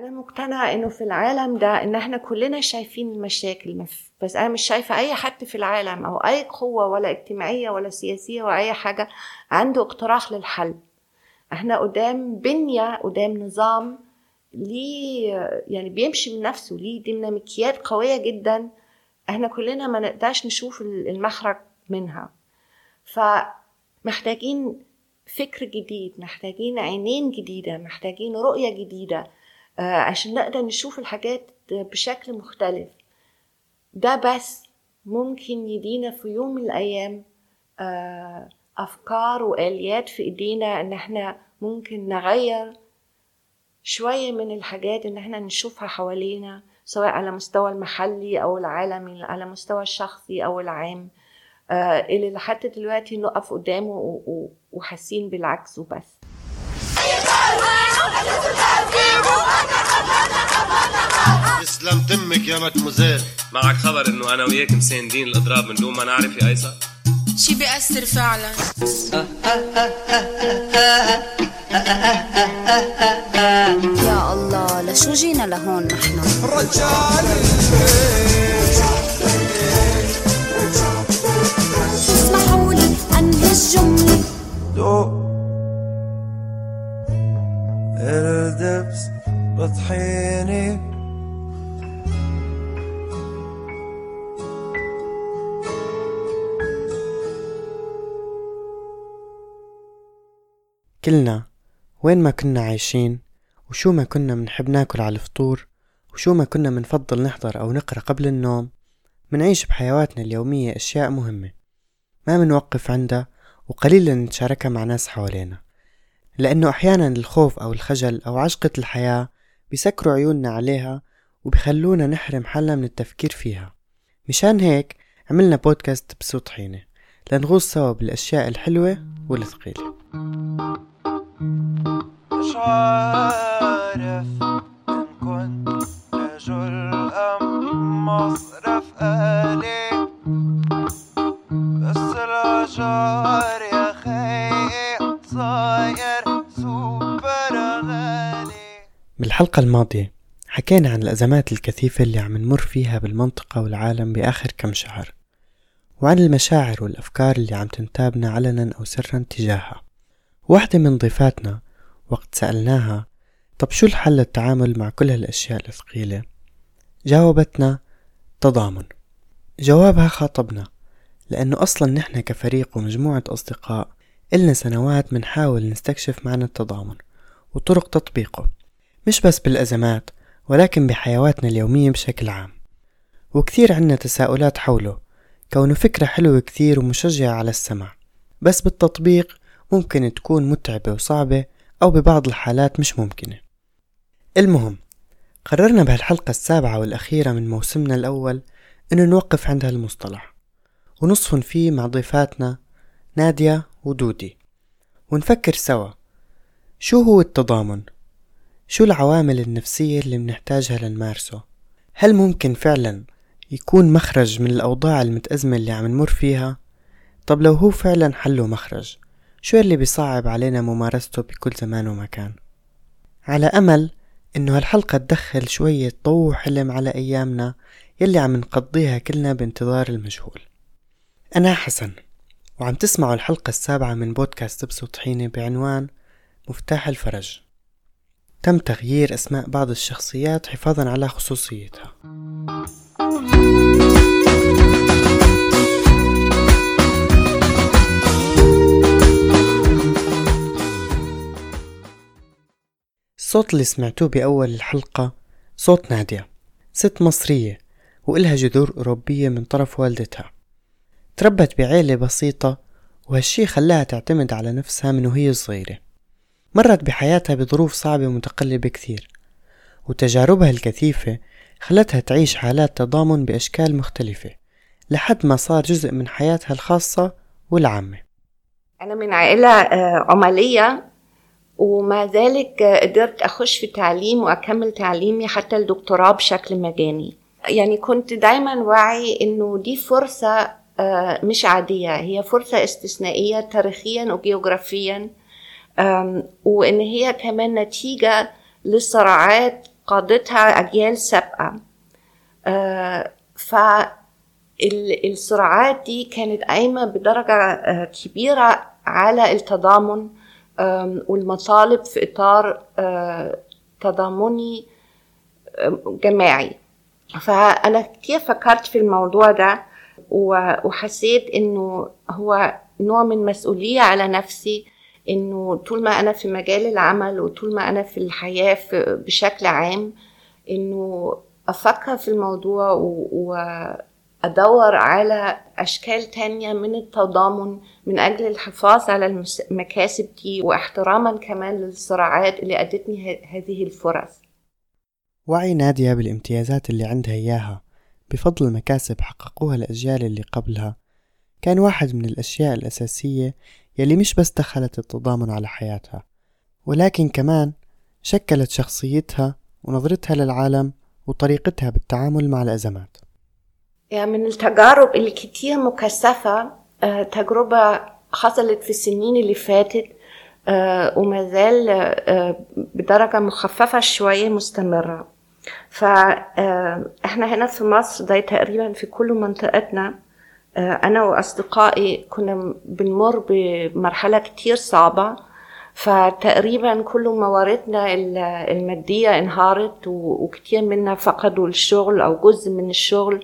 أنا مقتنعة إنه في العالم ده إن إحنا كلنا شايفين المشاكل، بس أنا مش شايفة أي حد في العالم أو أي قوة ولا اجتماعية ولا سياسية ولا أي حاجة عنده اقتراح للحل. إحنا قدام بنية، قدام نظام ليه يعني بيمشي من نفسه، ليه ديناميكيات قوية جدا إحنا كلنا ما نقدرش نشوف المخرج منها. فمحتاجين فكر جديد، محتاجين عينين جديدة، محتاجين رؤية جديدة عشان نقدر نشوف الحاجات بشكل مختلف. ده بس ممكن يدينا في يوم من الأيام أفكار وآليات في إيدينا إن احنا ممكن نغير شوية من الحاجات إن احنا نشوفها حوالينا، سواء على مستوى المحلي أو العالمي، على مستوى الشخصي أو العام، اللي لحد دلوقتي نقف قدامه وحاسين بالعكس وبس. اسلام تمك يا مدموزيل. معك خبر انه انا وياك مساندين الاضراب من دون ما نعرف يا ايسا؟ شي بيأثر فعلا. يا الله لشو جينا لهون نحن؟ رجال اسمحوا لي انهي الجملة. الدبس بطحيني كلنا وين ما كنا عايشين وشو ما كنا منحب ناكل على الفطور وشو ما كنا منفضل نحضر أو نقرأ قبل النوم، منعيش بحياتنا اليومية أشياء مهمة ما منوقف عندها وقليلا نتشاركها مع ناس حوالينا، لأنه أحيانا الخوف أو الخجل أو عجقة الحياة بيسكروا عيوننا عليها وبيخلونا نحرم حالنا من التفكير فيها. مشان هيك عملنا بودكاست بس وطحينة لنغوص سوا بالأشياء الحلوة والثقيلة. مش عارف إن كنت رجل أم مصرف آلي، بس الأشعار يا خي صاير سوبر غالي. بالحلقة الماضية حكينا عن الأزمات الكثيفة اللي عم نمر فيها بالمنطقة والعالم بآخر كم شهر، وعن المشاعر والأفكار اللي عم تنتابنا علنا أو سرا تجاهها. واحدة من ضيفاتنا وقت سألناها طب شو الحل للتعامل مع كل هالأشياء الثقيلة، جاوبتنا تضامن. جوابها خاطبنا لأنه أصلا نحن كفريق ومجموعة أصدقاء إلنا سنوات منحاول نستكشف معنى التضامن وطرق تطبيقه، مش بس بالأزمات ولكن بحياتنا اليومية بشكل عام. وكثير عنا تساؤلات حوله، كونه فكرة حلوة كثير ومشجعة على السمع، بس بالتطبيق ممكن تكون متعبة وصعبة أو ببعض الحالات مش ممكنة. المهم قررنا بهالحلقة السابعة والأخيرة من موسمنا الأول إنه نوقف عند هالمصطلح ونصفن فيه مع ضيفاتنا نادية ودودي، ونفكر سوا شو هو التضامن، شو العوامل النفسية اللي منحتاجها لنمارسه، هل ممكن فعلا يكون مخرج من الأوضاع المتأزمة اللي عم نمر فيها؟ طب لو هو فعلا حله مخرج، شو اللي بيصعب علينا ممارسته بكل زمان ومكان؟ على أمل إنه هالحلقة تدخل شوية ضوء حلم على أيامنا يلي عم نقضيها كلنا بانتظار المجهول. أنا حسن وعم تسمعوا الحلقة السابعة من بودكاست بس وطحينة بعنوان مفتاح الفرج. تم تغيير أسماء بعض الشخصيات حفاظا على خصوصيتها. الصوت اللي سمعتوه بأول الحلقة صوت نادية، ست مصرية وإلها جذور أوروبية من طرف والدتها. تربت بعائلة بسيطة وهالشي خلاها تعتمد على نفسها من وهي صغيرة. مرت بحياتها بظروف صعبة ومتقلبة كثير، وتجاربها الكثيفة خلتها تعيش حالات تضامن بأشكال مختلفة لحد ما صار جزء من حياتها الخاصة والعامة. أنا من عائلة عمالية، وما ذلك قدرت أخش في تعليم وأكمل تعليمي حتى الدكتوراه بشكل مجاني. يعني كنت دايما واعي إنه دي فرصة مش عادية، هي فرصة استثنائية تاريخيا وجيوغرافيا، وإن هي كمان نتيجة للصراعات قادتها أجيال سابقة. فالصراعات دي كانت قايمة بدرجة كبيرة على التضامن والمطالب في إطار تضامني جماعي. فأنا كتير فكرت في الموضوع ده وحسيت إنه هو نوع من مسؤولية على نفسي، إنه طول ما أنا في مجال العمل وطول ما أنا في الحياة بشكل عام، إنه أفكر في الموضوع وأدور على أشكال تانية من التضامن من أجل الحفاظ على المكاسب دي، واحتراما كمان للصراعات اللي أدتني هذه الفرص. وعي نادية بالامتيازات اللي عندها إياها بفضل مكاسب حققوها الأجيال اللي قبلها كان واحد من الأشياء الأساسية يلي مش بس دخلت التضامن على حياتها، ولكن كمان شكلت شخصيتها ونظرتها للعالم وطريقتها بالتعامل مع الأزمات. يعني من التجارب اللي كتير مكثفة، تجربة حصلت في السنين اللي فاتت وما زال بدرجة مخففة شوية مستمرة. فإحنا هنا في مصر ده تقريبا في كل منطقتنا، أنا وأصدقائي كنا بنمر بمرحلة كتير صعبة، فتقريبا كل مواردنا المادية انهارت وكتير منا فقدوا الشغل أو جزء من الشغل،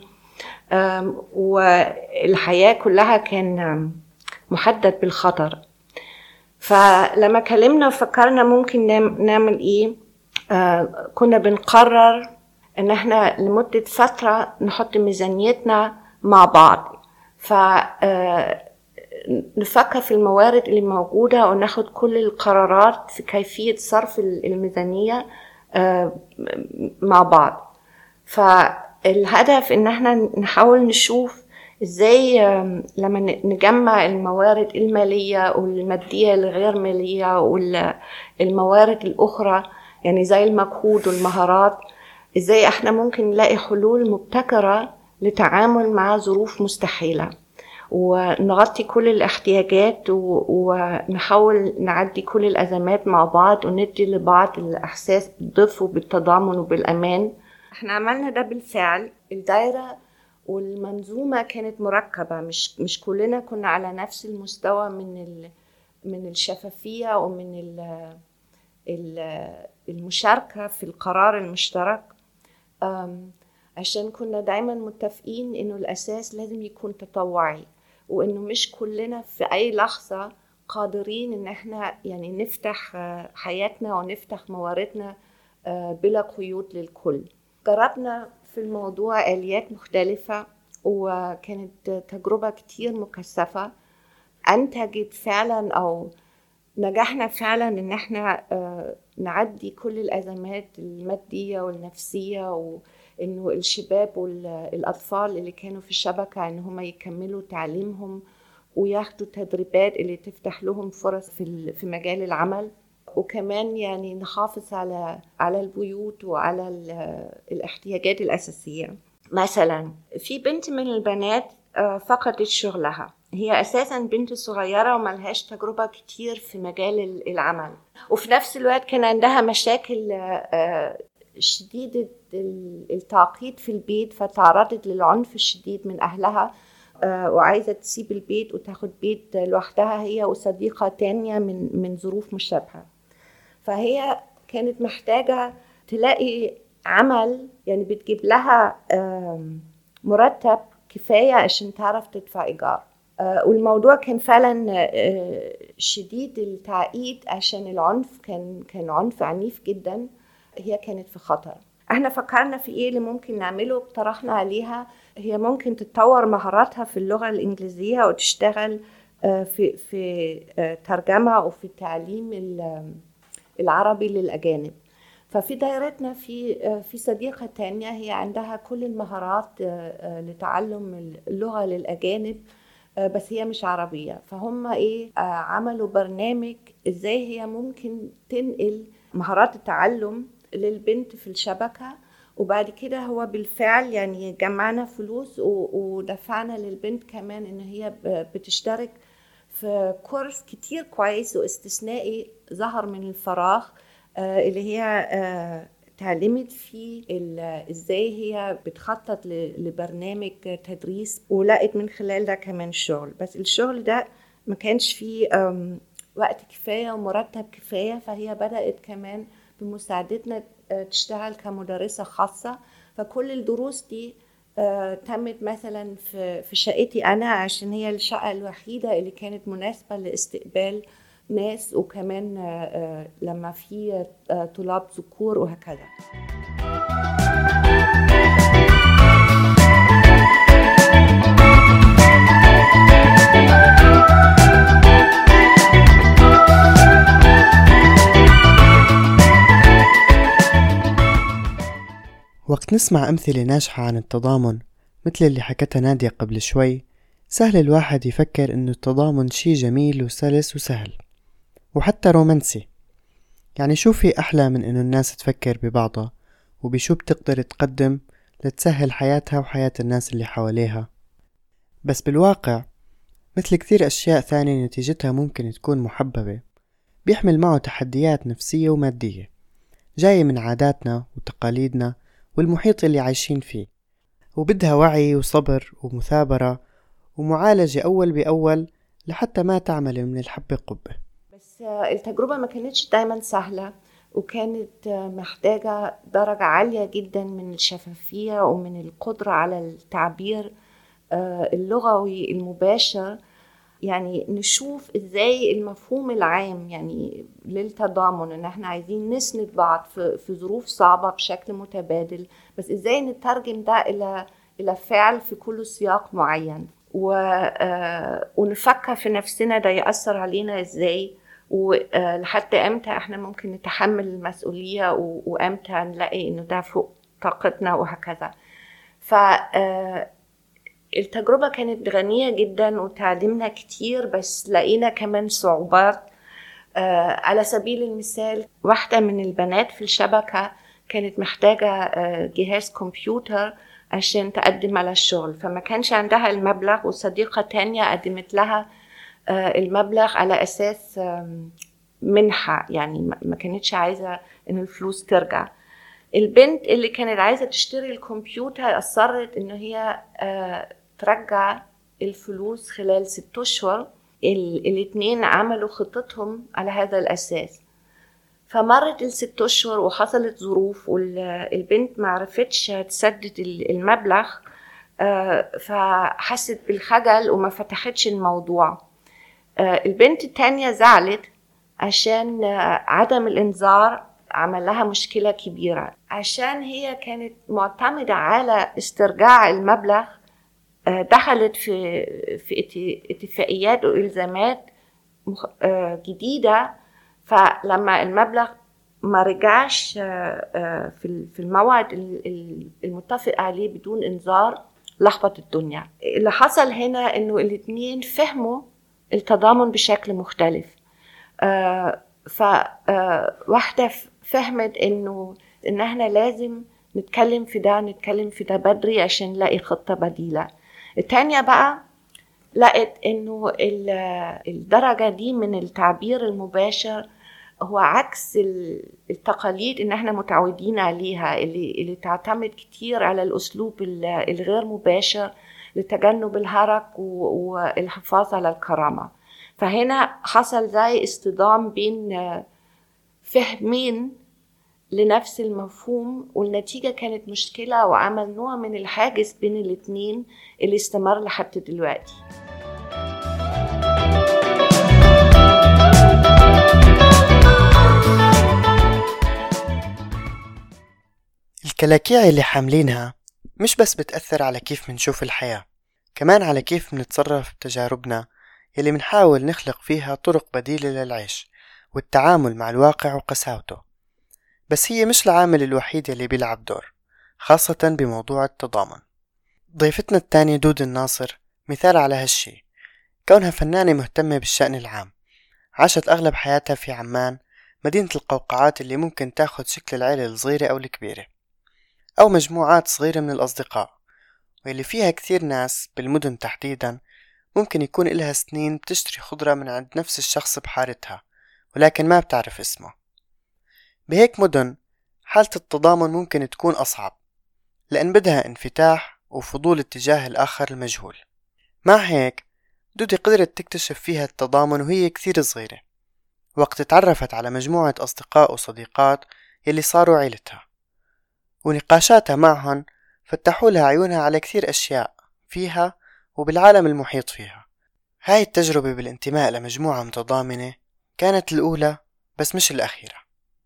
والحياة كلها كان محدد بالخطر. فلما كلمنا وفكرنا ممكن نعمل إيه، كنا بنقرر إن احنا لمدة فترة نحط ميزانيتنا مع بعض، نفكر في الموارد اللي موجودة وناخد كل القرارات في كيفية صرف الميزانية مع بعض. فالهدف ان احنا نحاول نشوف ازاي لما نجمع الموارد المالية والمادية الغير مالية والموارد الاخرى يعني زي المجهود والمهارات، ازاي احنا ممكن نلاقي حلول مبتكرة للتعامل مع ظروف مستحيلة ونغطي كل الاحتياجات ونحاول نعدي كل الأزمات مع بعض وندي لبعض الإحساس بالدفء وبالتضامن وبالأمان. احنا عملنا ده بالفعل. الدائرة والمنظومة كانت مركبة، مش كلنا كنا على نفس المستوى من الشفافية ومن المشاركة في القرار المشترك، عشان كنا دايما متفقين انه الأساس لازم يكون تطوعي، وانه مش كلنا في اي لحظة قادرين ان احنا يعني نفتح حياتنا ونفتح مواردنا بلا قيود للكل. جربنا في الموضوع آليات مختلفة وكانت تجربة كتير مكثفة، انتجت فعلا او نجحنا فعلا ان احنا نعدي كل الأزمات المادية والنفسية، وانه الشباب والأطفال اللي كانوا في الشبكة ان هم يكملوا تعليمهم وياخدوا تدريبات اللي تفتح لهم فرص في مجال العمل، وكمان يعني نحافظ على البيوت وعلى الاحتياجات الأساسية. مثلا في بنت من البنات فقدت شغلها، هي أساساً بنت صغيرة وملهاش تجربة كتير في مجال العمل، وفي نفس الوقت كان عندها مشاكل شديدة التعقيد في البيت، فتعرضت للعنف الشديد من أهلها وعايزة تسيب البيت وتاخد بيت لوحدها هي وصديقة تانية من ظروف مشابهة. فهي كانت محتاجة تلاقي عمل يعني بتجيب لها مرتب كفاية عشان تعرف تدفع إيجار، والموضوع كان فعلا شديد التعقيد عشان العنف كان عنف عنيف جدا. هي كانت في خطر. احنا فكرنا في ايه اللي ممكن نعمله، اقترحنا عليها هي ممكن تتطور مهاراتها في اللغة الإنجليزية وتشتغل في ترجمة وفي تعليم العربي للأجانب. ففي دائرتنا في صديقة تانية هي عندها كل المهارات لتعلم اللغة للأجانب، بس هي مش عربية. فهم عملوا برنامج ازاي هي ممكن تنقل مهارات التعلم للبنت في الشبكة، وبعد كده هو بالفعل يعني جمعنا فلوس ودفعنا للبنت كمان ان هي بتشترك في كورس كتير كويس واستثنائي ظهر من الفراغ، اللي هي اتعلمت فيه ازاي هي بتخطط لبرنامج تدريس، ولقت من خلال ده كمان شغل. بس الشغل ده ما كانش فيه وقت كفاية ومرتب كفاية، فهي بدأت كمان بمساعدتنا تشتغل كمدرسة خاصة. فكل الدروس دي تمت مثلا في شقتي أنا، عشان هي الشقة الوحيدة اللي كانت مناسبة لاستقبال ناس، وكمان لما في طلاب ذكور وهكذا. وقت نسمع أمثلة ناجحة عن التضامن مثل اللي حكتها نادية قبل شوي، سهل الواحد يفكر إنه التضامن شي جميل وسلس وسهل وحتى رومانسي. يعني شو في أحلى من إنه الناس تفكر ببعضها وبشو بتقدر تقدم لتسهل حياتها وحياة الناس اللي حواليها. بس بالواقع مثل كثير أشياء ثانية نتيجتها ممكن تكون محببة، بيحمل معه تحديات نفسية ومادية جاية من عاداتنا وتقاليدنا والمحيط اللي عايشين فيه، وبدها وعي وصبر ومثابرة ومعالجة أول بأول لحتى ما تعمل من الحبة قبة. بس التجربة ما كانتش دايما سهلة، وكانت محتاجة درجة عالية جدا من الشفافية ومن القدرة على التعبير اللغوي المباشر. يعني نشوف ازاي المفهوم العام يعني للتضامن، ان احنا عايزين نسند بعض في ظروف صعبة بشكل متبادل، بس ازاي نترجم ده الى فعل في كل سياق معين، ونفكر في نفسنا ده يأثر علينا ازاي، ولحتى امتى احنا ممكن نتحمل المسؤولية، وامتى نلاقي انه ده فوق طاقتنا وهكذا. التجربة كانت غنية جدا وتعلمنا كتير، بس لقينا كمان صعوبات. على سبيل المثال، واحدة من البنات في الشبكة كانت محتاجة جهاز كمبيوتر عشان تقدم على الشغل، فما كانش عندها المبلغ، وصديقة تانية قدمت لها المبلغ على أساس منحة، يعني ما كانتش عايزة إن الفلوس ترجع. البنت اللي كانت عايزة تشتري الكمبيوتر أصرت إنه هي ترجع الفلوس خلال 6 أشهر. الاتنين عملوا خطتهم على هذا الأساس. فمرت 6 أشهر وحصلت ظروف، والبنت ما عرفتش تسدد المبلغ، فحست بالخجل وما فتحتش الموضوع. البنت التانية زعلت عشان عدم الإنذار عمل لها مشكلة كبيرة، عشان هي كانت معتمدة على استرجاع المبلغ. دخلت في اتفاقيات وإلزامات جديدة، فلما المبلغ ما رجعش في الموعد المتفق عليه بدون إنذار لخبط الدنيا. اللي حصل هنا إنه الاتنين فهموا التضامن بشكل مختلف. فواحدة فهمت إن احنا لازم نتكلم في ده بدري عشان نلاقي خطة بديلة. التانية بقى لقت إنه الدرجة دي من التعبير المباشر هو عكس التقاليد إن احنا متعودين عليها، اللي تعتمد كتير على الأسلوب الغير مباشر لتجنب الهرج والحفاظ على الكرامة. فهنا حصل زي اصطدام بين فهمين لنفس المفهوم، والنتيجة كانت مشكلة وعمل نوع من الحاجز بين الاتنين اللي استمر لحد دلوقتي. الكلاكيع اللي حاملينها مش بس بتأثر على كيف منشوف الحياة، كمان على كيف منتصرف بتجاربنا يلي منحاول نخلق فيها طرق بديلة للعيش والتعامل مع الواقع وقساوته. بس هي مش العامل الوحيد اللي بيلعب دور، خاصة بموضوع التضامن. ضيفتنا الثانية دود الناصر مثال على هالشي، كونها فنانة مهتمة بالشأن العام، عاشت أغلب حياتها في عمان، مدينة القوقعات اللي ممكن تاخد شكل العيلة الصغيرة أو الكبيرة أو مجموعات صغيرة من الأصدقاء، واللي فيها كثير ناس بالمدن تحديدا ممكن يكون إلها سنين بتشتري خضرة من عند نفس الشخص بحارتها ولكن ما بتعرف اسمه. بهيك مدن حالة التضامن ممكن تكون أصعب، لأن بدها انفتاح وفضول اتجاه الآخر المجهول. مع هيك دودي قدرت تكتشف فيها التضامن وهي كثير صغيرة، وقت تعرفت على مجموعة أصدقاء وصديقات يلي صاروا عيلتها، ونقاشاتها معهم فتحوا لها عيونها على كثير أشياء فيها وبالعالم المحيط فيها. هاي التجربة بالانتماء لمجموعة متضامنة كانت الأولى بس مش الأخيرة.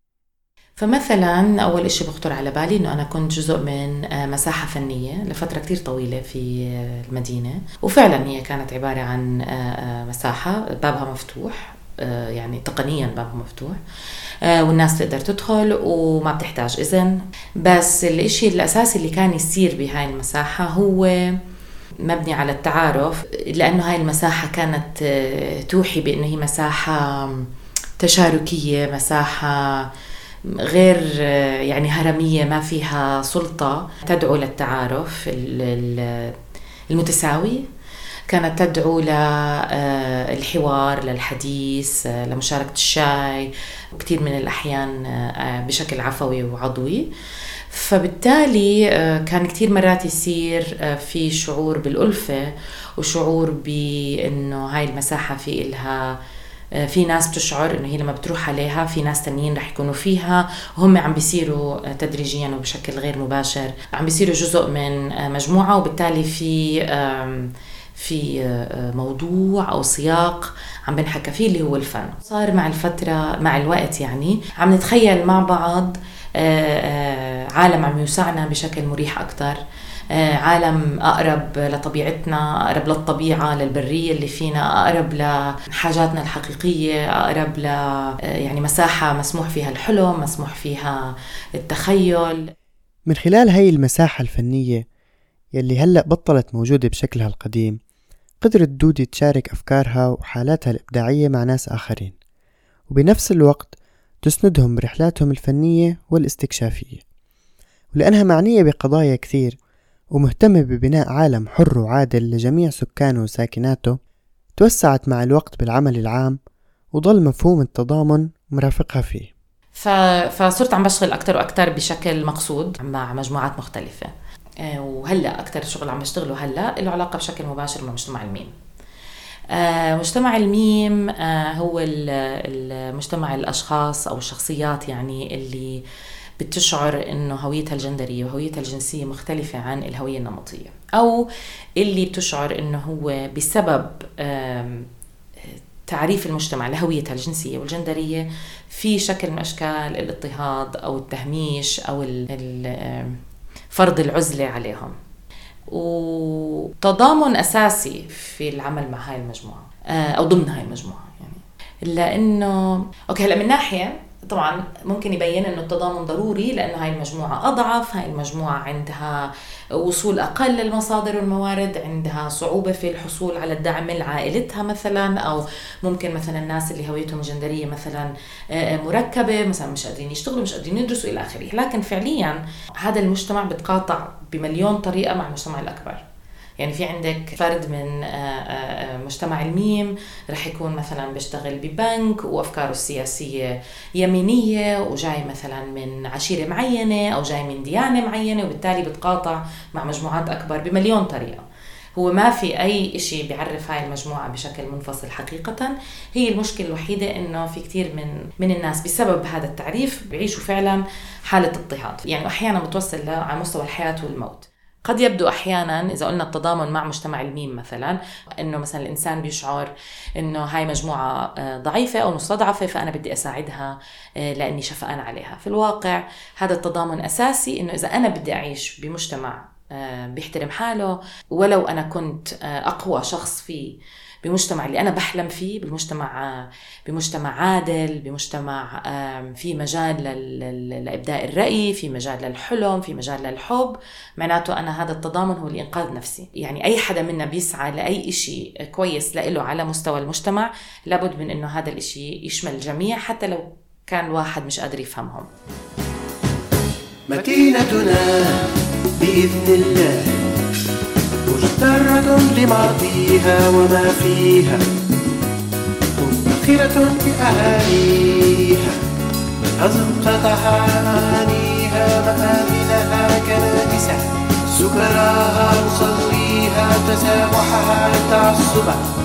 فمثلا أول إشي بخطر على بالي إنه أنا كنت جزء من مساحة فنية لفترة كتير طويلة في المدينة، وفعلا هي كانت عبارة عن مساحة بابها مفتوح، يعني تقنيا بابها مفتوح، والناس تقدر تدخل وما بتحتاج إذن. بس الإشي الأساسي اللي كان يصير بهاي المساحة هو مبني على التعارف، لأنه هاي المساحة كانت توحي بأنه هي مساحة تشاركية، مساحة غير يعني هرمية ما فيها سلطة، تدعو للتعارف المتساوي، كانت تدعو للحوار، للحديث، لمشاركة الشاي، وكثير من الأحيان بشكل عفوي وعضوي. فبالتالي كان كتير مرات يصير في شعور بالألفة وشعور بأنه هاي المساحة في إلها، في ناس بتشعر إنه هي لما بتروح عليها في ناس تانيين رح يكونوا فيها، وهم عم بيصيروا تدريجيا وبشكل غير مباشر عم بيصيروا جزء من مجموعة، وبالتالي في موضوع أو سياق عم بنحكى فيه اللي هو الفن. صار مع الفترة مع الوقت يعني عم نتخيل مع بعض عالم عم يوسعنا بشكل مريح أكتر، عالم أقرب لطبيعتنا، أقرب للطبيعة، للبرية اللي فينا، أقرب لحاجاتنا الحقيقية، أقرب يعني مساحة مسموح فيها الحلم، مسموح فيها التخيل. من خلال هاي المساحة الفنية يلي هلأ بطلت موجودة بشكلها القديم، قدرت دودي تشارك أفكارها وحالاتها الإبداعية مع ناس آخرين، وبنفس الوقت تسندهم برحلاتهم الفنية والاستكشافية. ولأنها معنية بقضايا كثير ومهتمة ببناء عالم حر وعادل لجميع سكانه وساكناته، توسعت مع الوقت بالعمل العام وظل مفهوم التضامن مرافقها فيه. فصرت عم بشتغل أكتر وأكتر بشكل مقصود مع مجموعات مختلفة، وهلأ أكتر شغل عم بشتغله هلأ له علاقة بشكل مباشر مع مجتمع الميم. مجتمع الميم هو المجتمع الأشخاص أو الشخصيات يعني اللي بتشعر إنه هويتها الجندرية وهويتها الجنسية مختلفة عن الهوية النمطية، أو اللي بتشعر إنه هو بسبب تعريف المجتمع لهويتها الجنسية والجندرية في شكل من أشكال الاضطهاد أو التهميش أو فرض العزلة عليهم. وتضامن أساسي في العمل مع هاي المجموعة أو ضمن هاي المجموعة يعني، لأنه هلأ من ناحية طبعا ممكن يبين أنه التضامن ضروري لأنه هاي المجموعة أضعف، هاي المجموعة عندها وصول أقل للمصادر والموارد، عندها صعوبة في الحصول على الدعم من عائلتها مثلا، أو ممكن مثلا الناس اللي هويتهم جندرية مثلا مركبة، مثلا مش قادرين يشتغلوا، مش قادرين يدرسوا إلى آخره. لكن فعليا هذا المجتمع بتقاطع بمليون طريقة مع المجتمع الأكبر. يعني في عندك فرد من مجتمع الميم رح يكون مثلا بيشتغل ببنك وأفكاره السياسية يمينية وجاي مثلا من عشيرة معينة أو جاي من ديانة معينة، وبالتالي بتقاطع مع مجموعات أكبر بمليون طريقة. هو ما في أي إشي بيعرف هاي المجموعة بشكل منفصل حقيقة. هي المشكلة الوحيدة إنه في كتير من الناس بسبب هذا التعريف بيعيشوا فعلا حالة اضطهاد، يعني أحيانا بتوصل على مستوى الحياة والموت. قد يبدو أحياناً إذا قلنا التضامن مع مجتمع الميم مثلاً إنه مثلاً الإنسان بيشعر إنه هاي مجموعة ضعيفة أو مستضعفة فأنا بدي أساعدها لأني شفقان عليها. في الواقع هذا التضامن أساسي، إنه إذا أنا بدي أعيش بمجتمع بيحترم حاله، ولو أنا كنت أقوى شخص فيه، بمجتمع اللي أنا بحلم فيه، بمجتمع عادل، بمجتمع في مجال لإبداء الرأي، في مجال للحلم، في مجال للحب، معناته أنا هذا التضامن هو اللي إنقاذ نفسي. يعني أي حدا منا بيسعى لأي إشي كويس لإله على مستوى المجتمع، لابد من إنه هذا الإشي يشمل الجميع حتى لو كان الواحد مش قادر يفهمهم. مدينتنا بإذن الله مجترة لماضيها وما فيها، مفتخرة بأهاليها، أزقتها عانيها مآمنها كنائسها، سكراها نصليها، تسامحها تعصبها،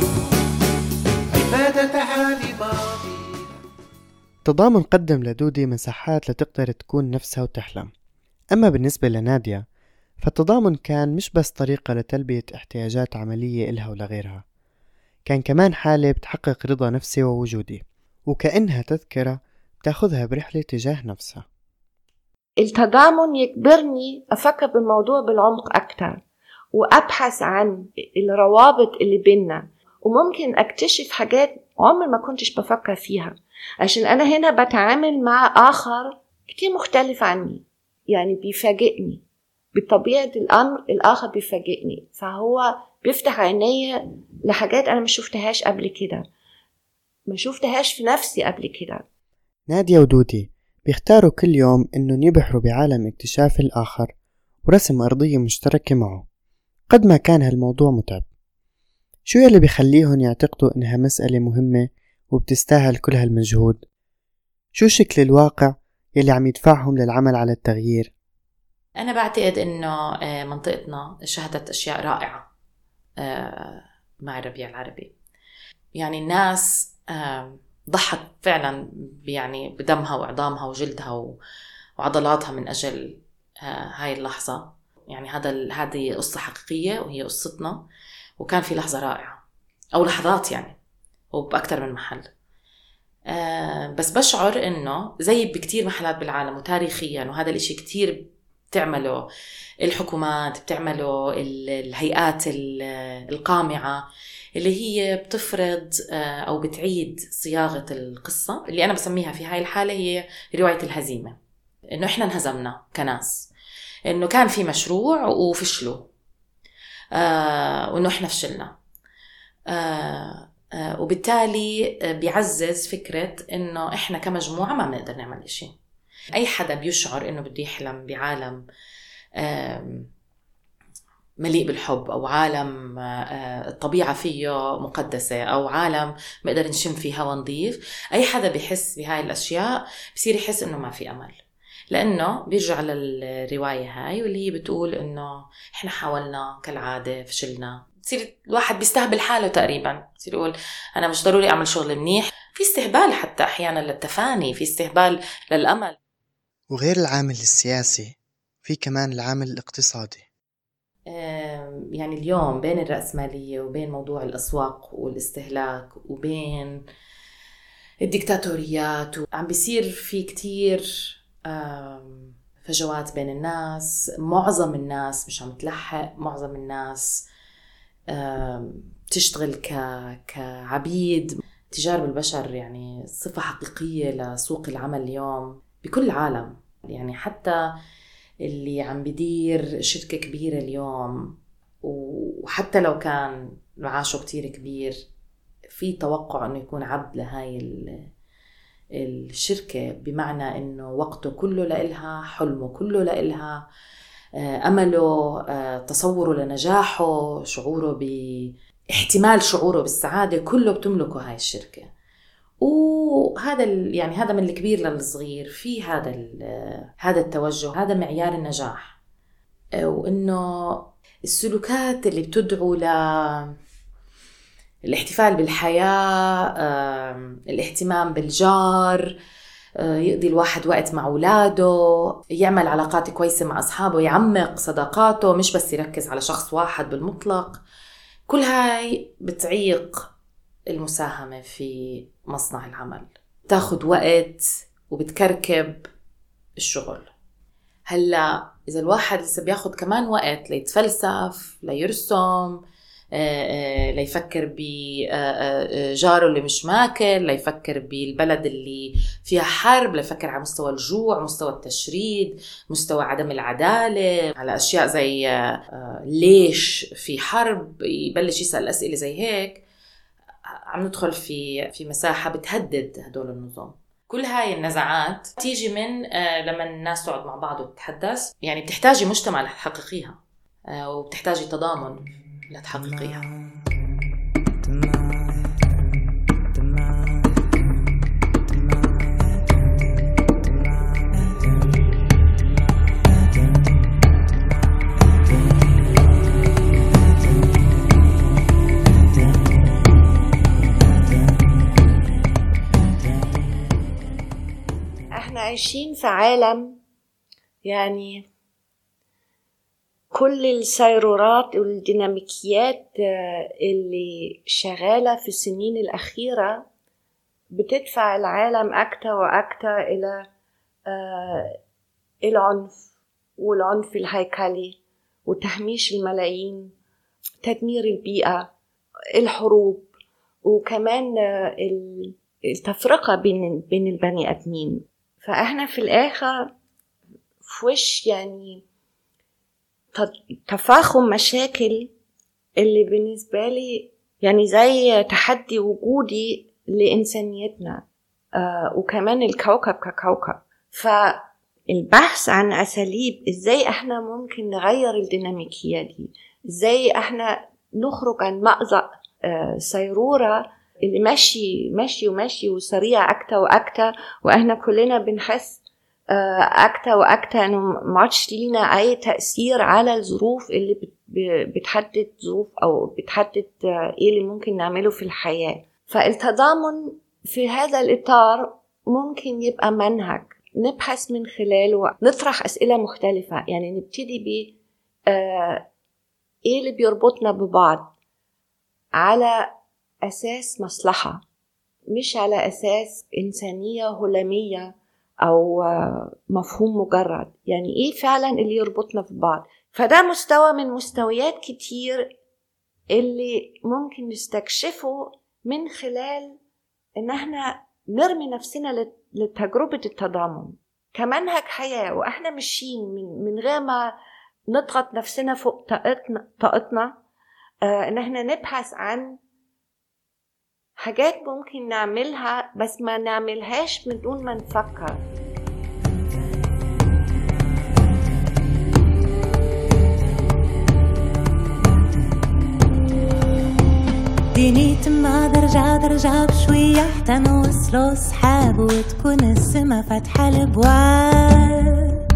عبادتها لباطلها. التضامن قدم لدودي مساحات لتقدر تكون نفسها وتحلم. أما بالنسبة لنادية فالتضامن كان مش بس طريقة لتلبية احتياجات عملية إلها ولغيرها، كان كمان حالة بتحقق رضا نفسي ووجودي، وكأنها تذكرة بتاخذها برحلة تجاه نفسها. التضامن يجبرني أفكر بالموضوع بالعمق أكتر، وأبحث عن الروابط اللي بيننا، وممكن أكتشف حاجات عمر ما كنتش بفكر فيها، عشان أنا هنا بتعامل مع آخر كتير مختلف عني، يعني بيفاجئني بطبيعة الأمر، الآخر بيفاجئني، فهو بيفتح عيني لحاجات أنا ما شفتهاش قبل كده، ما شفتهاش في نفسي قبل كده. نادية ودودي بيختاروا كل يوم إنه يبحروا بعالم اكتشاف الآخر ورسم أرضية مشتركة معه، قد ما كان هالموضوع متعب. شو يلي بيخليهم يعتقدوا إنها مسألة مهمة وبتستاهل كل هالمجهود؟ شو شكل الواقع يلي عم يدفعهم للعمل على التغيير؟ أنا بعتقد إنه منطقتنا شهدت أشياء رائعة مع الربيع العربي. يعني الناس ضحت فعلا يعني بدمها وعظامها وجلدها وعضلاتها من أجل هاي اللحظة. يعني هذه قصة حقيقية وهي قصتنا، وكان في لحظة رائعة أو لحظات يعني وبأكثر من محل. بس بشعر إنه زي بكتير محلات بالعالم وتاريخيا، وهذا الإشي كتير بتعمله الحكومات، بتعمله الهيئات القامعة اللي هي بتفرض أو بتعيد صياغة القصة اللي أنا بسميها في هاي الحالة هي رواية الهزيمة. إنه إحنا انهزمنا كناس، إنه كان في مشروع وفشلوا، وإنه إحنا فشلنا، وبالتالي بيعزز فكرة إنه إحنا كمجموعة ما بنقدر نعمل إشي. أي حدا بيشعر إنه بده يحلم بعالم مليء بالحب، أو عالم الطبيعة فيه مقدسة، أو عالم بقدر نشم فيه هوا نظيف، أي حدا بيحس بهاي الأشياء بصير يحس إنه ما في أمل، لأنه بيرجع للرواية هاي واللي هي بتقول إنه إحنا حاولنا كالعادة فشلنا. بصير الواحد بيستهبل حاله تقريبا، بصير يقول أنا مش ضروري أعمل شغل منيح. في استهبال حتى أحيانا للتفاني، في استهبال للأمل. وغير العامل السياسي في كمان العامل الاقتصادي. يعني اليوم بين الرأسمالية وبين موضوع الأسواق والاستهلاك وبين الديكتاتوريات عم بيصير في كتير فجوات بين الناس. معظم الناس مش عم تلحق، معظم الناس تشتغل كعبيد. تجارب البشر يعني صفة حقيقية لسوق العمل اليوم بكل العالم. يعني حتى اللي عم بدير شركة كبيرة اليوم، وحتى لو كان معاشه كتير كبير، في توقع انه يكون عبد لهاي الشركة، بمعنى انه وقته كله لإلها، حلمه كله لإلها، أمله، تصوره لنجاحه، شعوره باحتمال شعوره بالسعادة، كله بتملكه هاي الشركة. وهذا يعني هذا من الكبير للصغير في هذا التوجه، هذا معيار النجاح. وإنه السلوكات اللي بتدعو الاحتفال بالحياة، الاهتمام بالجار، يقضي الواحد وقت مع أولاده، يعمل علاقات كويسة مع أصحابه، يعمق صداقاته، مش بس يركز على شخص واحد بالمطلق. كل هاي بتعيق المساهمة في مصنع العمل، تاخد وقت وبتكركب الشغل. هلأ إذا الواحد لسه بياخد كمان وقت ليتفلسف، ليرسم، ليفكر بجاره اللي مش ماكل، ليفكر بالبلد اللي فيها حرب، ليفكر على مستوى الجوع، مستوى التشريد، مستوى عدم العدالة، على أشياء زي ليش في حرب، يبلش يسأل أسئلة زي هيك، عم ندخل في مساحة بتهدد هدول النظام. كل هاي النزعات تيجي من لما الناس تقعد مع بعض وتتحدث. يعني بتحتاجي مجتمع لتحققيها، وبتحتاجي تضامن لتحققيها. عايشين في عالم يعني كل السيرورات والديناميكيات اللي شغالة في السنين الأخيرة بتدفع العالم أكتر وأكتر إلى العنف والعنف الهيكلي وتهميش الملايين، تدمير البيئة، الحروب، وكمان التفرقة بين البني آدمين. فإحنا في الآخر في وش يعني تفاخم مشاكل اللي بالنسبة لي يعني زي تحدي وجودي لإنسانيتنا وكمان الكوكب ككوكب. فالبحث عن أساليب إزاي إحنا ممكن نغير الديناميكية دي، إزاي إحنا نخرج عن مأزق سيرورة اللي ماشي وسريع أكتر وأكتر، وإحنا كلنا بنحس أكتر وأكتر إنه ما عادش لينا أي تأثير على الظروف اللي بتحدد ظروف أو بتحدد إيه اللي ممكن نعمله في الحياة. فالتضامن في هذا الإطار ممكن يبقى منهج نبحث من خلاله، نطرح أسئلة مختلفة. يعني نبتدي ب إيه اللي بيربطنا ببعض على أساس مصلحة، مش على أساس إنسانية هلامية أو مفهوم مجرد. يعني إيه فعلا اللي يربطنا في بعض؟ فده مستوى من مستويات كتير اللي ممكن نستكشفه من خلال إن احنا نرمي نفسنا لتجربة التضامن كمنهج حياة، وإحنا ماشيين من غير ما نضغط نفسنا فوق طاقتنا. إن احنا نبحث عن حاجات ممكن نعملها بس ما نعملهاش من دون ما نفكر. دينيت ما درجة بشوية حتى نوصلوا صحاب وتكون السما فاتحة الابواب.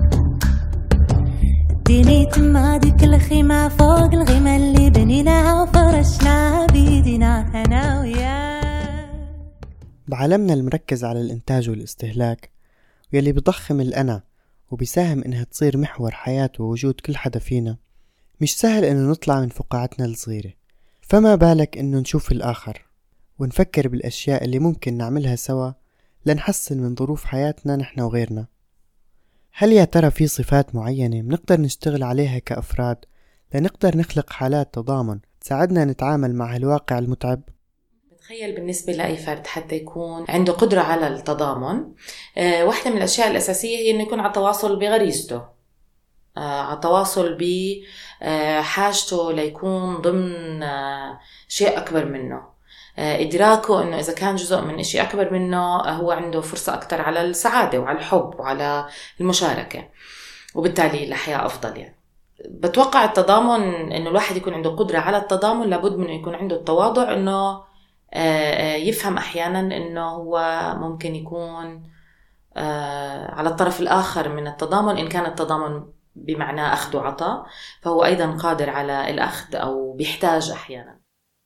دينيت ما ديك الخيمة فوق الغيمة اللي بنيناها وفرشناها بيدينا انا وياك. بعالمنا المركز على الإنتاج والاستهلاك واللي بيضخم الأنا وبيساهم إنها تصير محور حياة ووجود كل حدا فينا، مش سهل إنه نطلع من فقاعتنا الصغيرة. فما بالك إنه نشوف الآخر ونفكر بالأشياء اللي ممكن نعملها سوا لنحسن من ظروف حياتنا نحن وغيرنا. هل يا ترى في صفات معينة بنقدر نشتغل عليها كأفراد لنقدر نخلق حالات تضامن تساعدنا نتعامل مع الواقع المتعب؟ بتخيل بالنسبة لأي فرد حتى يكون عنده قدرة على التضامن، واحدة من الأشياء الأساسية هي إنه يكون على تواصل بغريزته، على تواصل بحاجته ليكون ضمن شيء أكبر منه، إدراكه إنه إذا كان جزء من شيء أكبر منه هو عنده فرصة أكتر على السعادة وعلى الحب وعلى المشاركة، وبالتالي الحياة أفضل. يعني بتوقع التضامن إنه الواحد يكون عنده قدرة على التضامن لابد من يكون عنده التواضع، إنه يفهم أحيانا إنه هو ممكن يكون على الطرف الآخر من التضامن. إن كان التضامن بمعنى أخذ وعطاء فهو أيضا قادر على الأخذ أو بيحتاج أحيانا.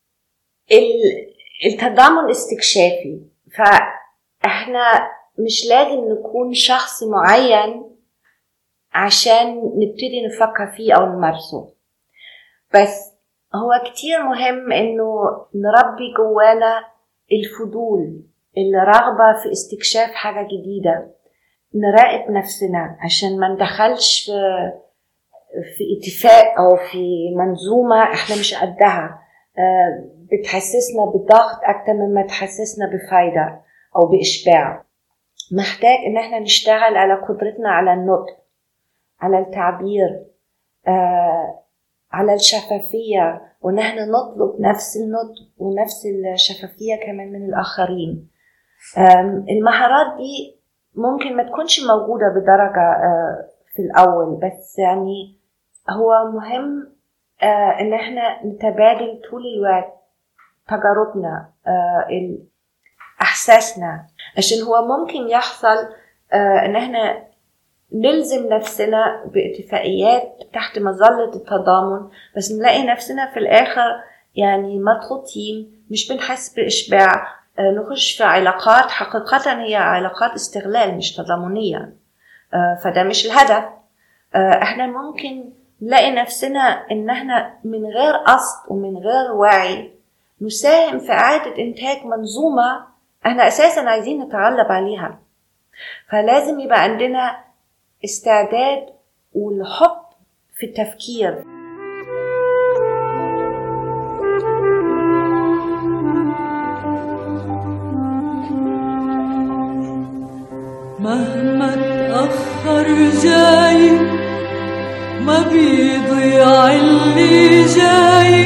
التضامن استكشافي، فإحنا مش لازم نكون شخص معين عشان نبتدي نفكر فيه أو نمارسه، بس هو كتير مهم إنه نربي جوانا الفضول، الرغبة في استكشاف حاجة جديدة، نراقب نفسنا عشان ما ندخلش في اتفاق أو في منظومة إحنا مش قدها بتحسسنا بالضغط أكتر مما تحسسنا بفايدة أو بإشباع. محتاج إن إحنا نشتغل على قدرتنا على النطق، على التعبير، على الشفافية، وإن إحنا نطلب نفس النطق ونفس الشفافية كمان من الآخرين. المهارات دي ممكن ما تكونش موجودة بدرجة في الأول، بس يعني هو مهم إن إحنا نتبادل طول الوقت تجاربنا، أحساسنا، عشان هو ممكن يحصل إن إحنا نلزم نفسنا باتفاقيات تحت مظلة التضامن، بس نلاقي نفسنا في الآخر يعني مضغوطين، مش بنحس بإشباع، نخش في علاقات حقيقة هي علاقات استغلال مش تضامنية، فده مش الهدف. احنا ممكن نلاقي نفسنا ان احنا من غير قصد ومن غير وعي نساهم في إعادة إنتاج منظومة احنا أساسا عايزين نتغلب عليها. فلازم يبقى عندنا استعداد والحب في التفكير. مهما تأخر جاي ما بيضيع اللي جاي،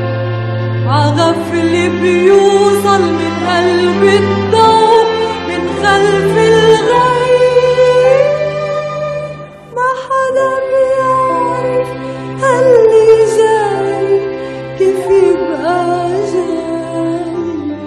عغفل بيوصل من قلب الضوء من خلف الغيب. ما حدا بيعرف هاللي جاي كيف يبقى جاي.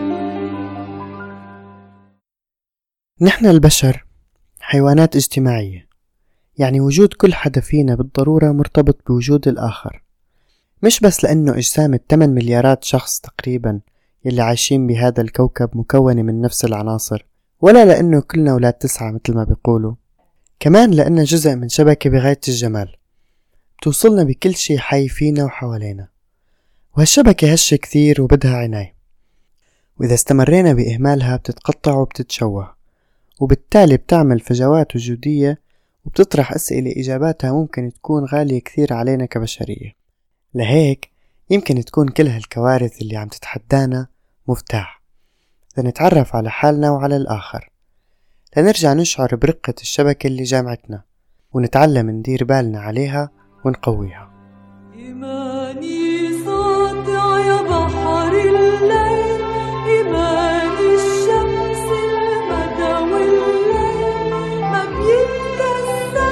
نحن البشر حيوانات اجتماعية، يعني وجود كل حدا فينا بالضرورة مرتبط بوجود الآخر، مش بس لأنه أجسام 8 مليارات شخص تقريبا يلي عايشين بهذا الكوكب مكونة من نفس العناصر، ولا لأنه كلنا أولاد 9 مثل ما بيقولوا، كمان لأنه جزء من شبكة بغاية الجمال بتوصلنا بكل شي حي فينا وحوالينا، وهالشبكة هشة كثير وبدها عناية، وإذا استمرينا بإهمالها بتتقطع وبتتشوه، وبالتالي بتعمل فجوات وجودية وبتطرح أسئلة إجاباتها ممكن تكون غالية كثير علينا كبشرية. لهيك يمكن تكون كل هالكوارث اللي عم تتحدانا مفتاح لنتعرف على حالنا وعلى الآخر، لنرجع نشعر برقة الشبكة اللي جامعتنا ونتعلم ندير بالنا عليها ونقويها. إيماني ساطع يا بحر الليل، إيماني الشمس المدى والليل، ما بيتكسر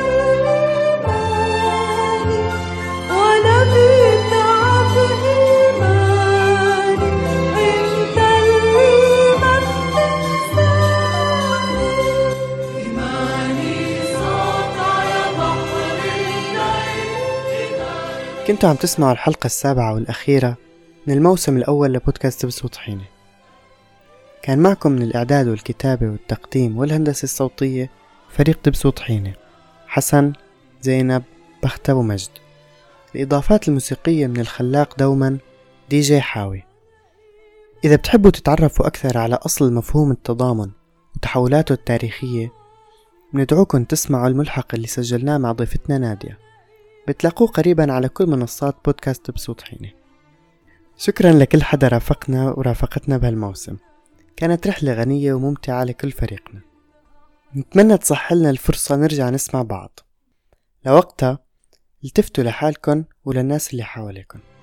إيماني ولا بيتعب إيماني، انت اللي ما بتنساني. إيماني ساطع يا بحر الليل. كنتوا عم تسمعوا الحلقة 7 والأخيرة من الموسم الأول لبودكاست دبس وطحينة. كان معكم من الإعداد والكتابة والتقديم والهندسة الصوتية فريق دبس وطحينة: حسن، زينب، بختة ومجد. الإضافات الموسيقية من الخلاق دوما دي جي حاوي. إذا بتحبوا تتعرفوا أكثر على أصل مفهوم التضامن وتحولاته التاريخية، بندعوكم تسمعوا الملحق اللي سجلناه مع ضيفتنا نادية، بتلاقوه قريبا على كل منصات بودكاست دبس وطحينة. شكرا لكل حدا رافقنا ورافقتنا بهالموسم، كانت رحلة غنية وممتعة لكل فريقنا. نتمنى تصح لنا الفرصة نرجع نسمع بعض. لوقتها التفتوا لحالكن وللناس اللي حواليكن.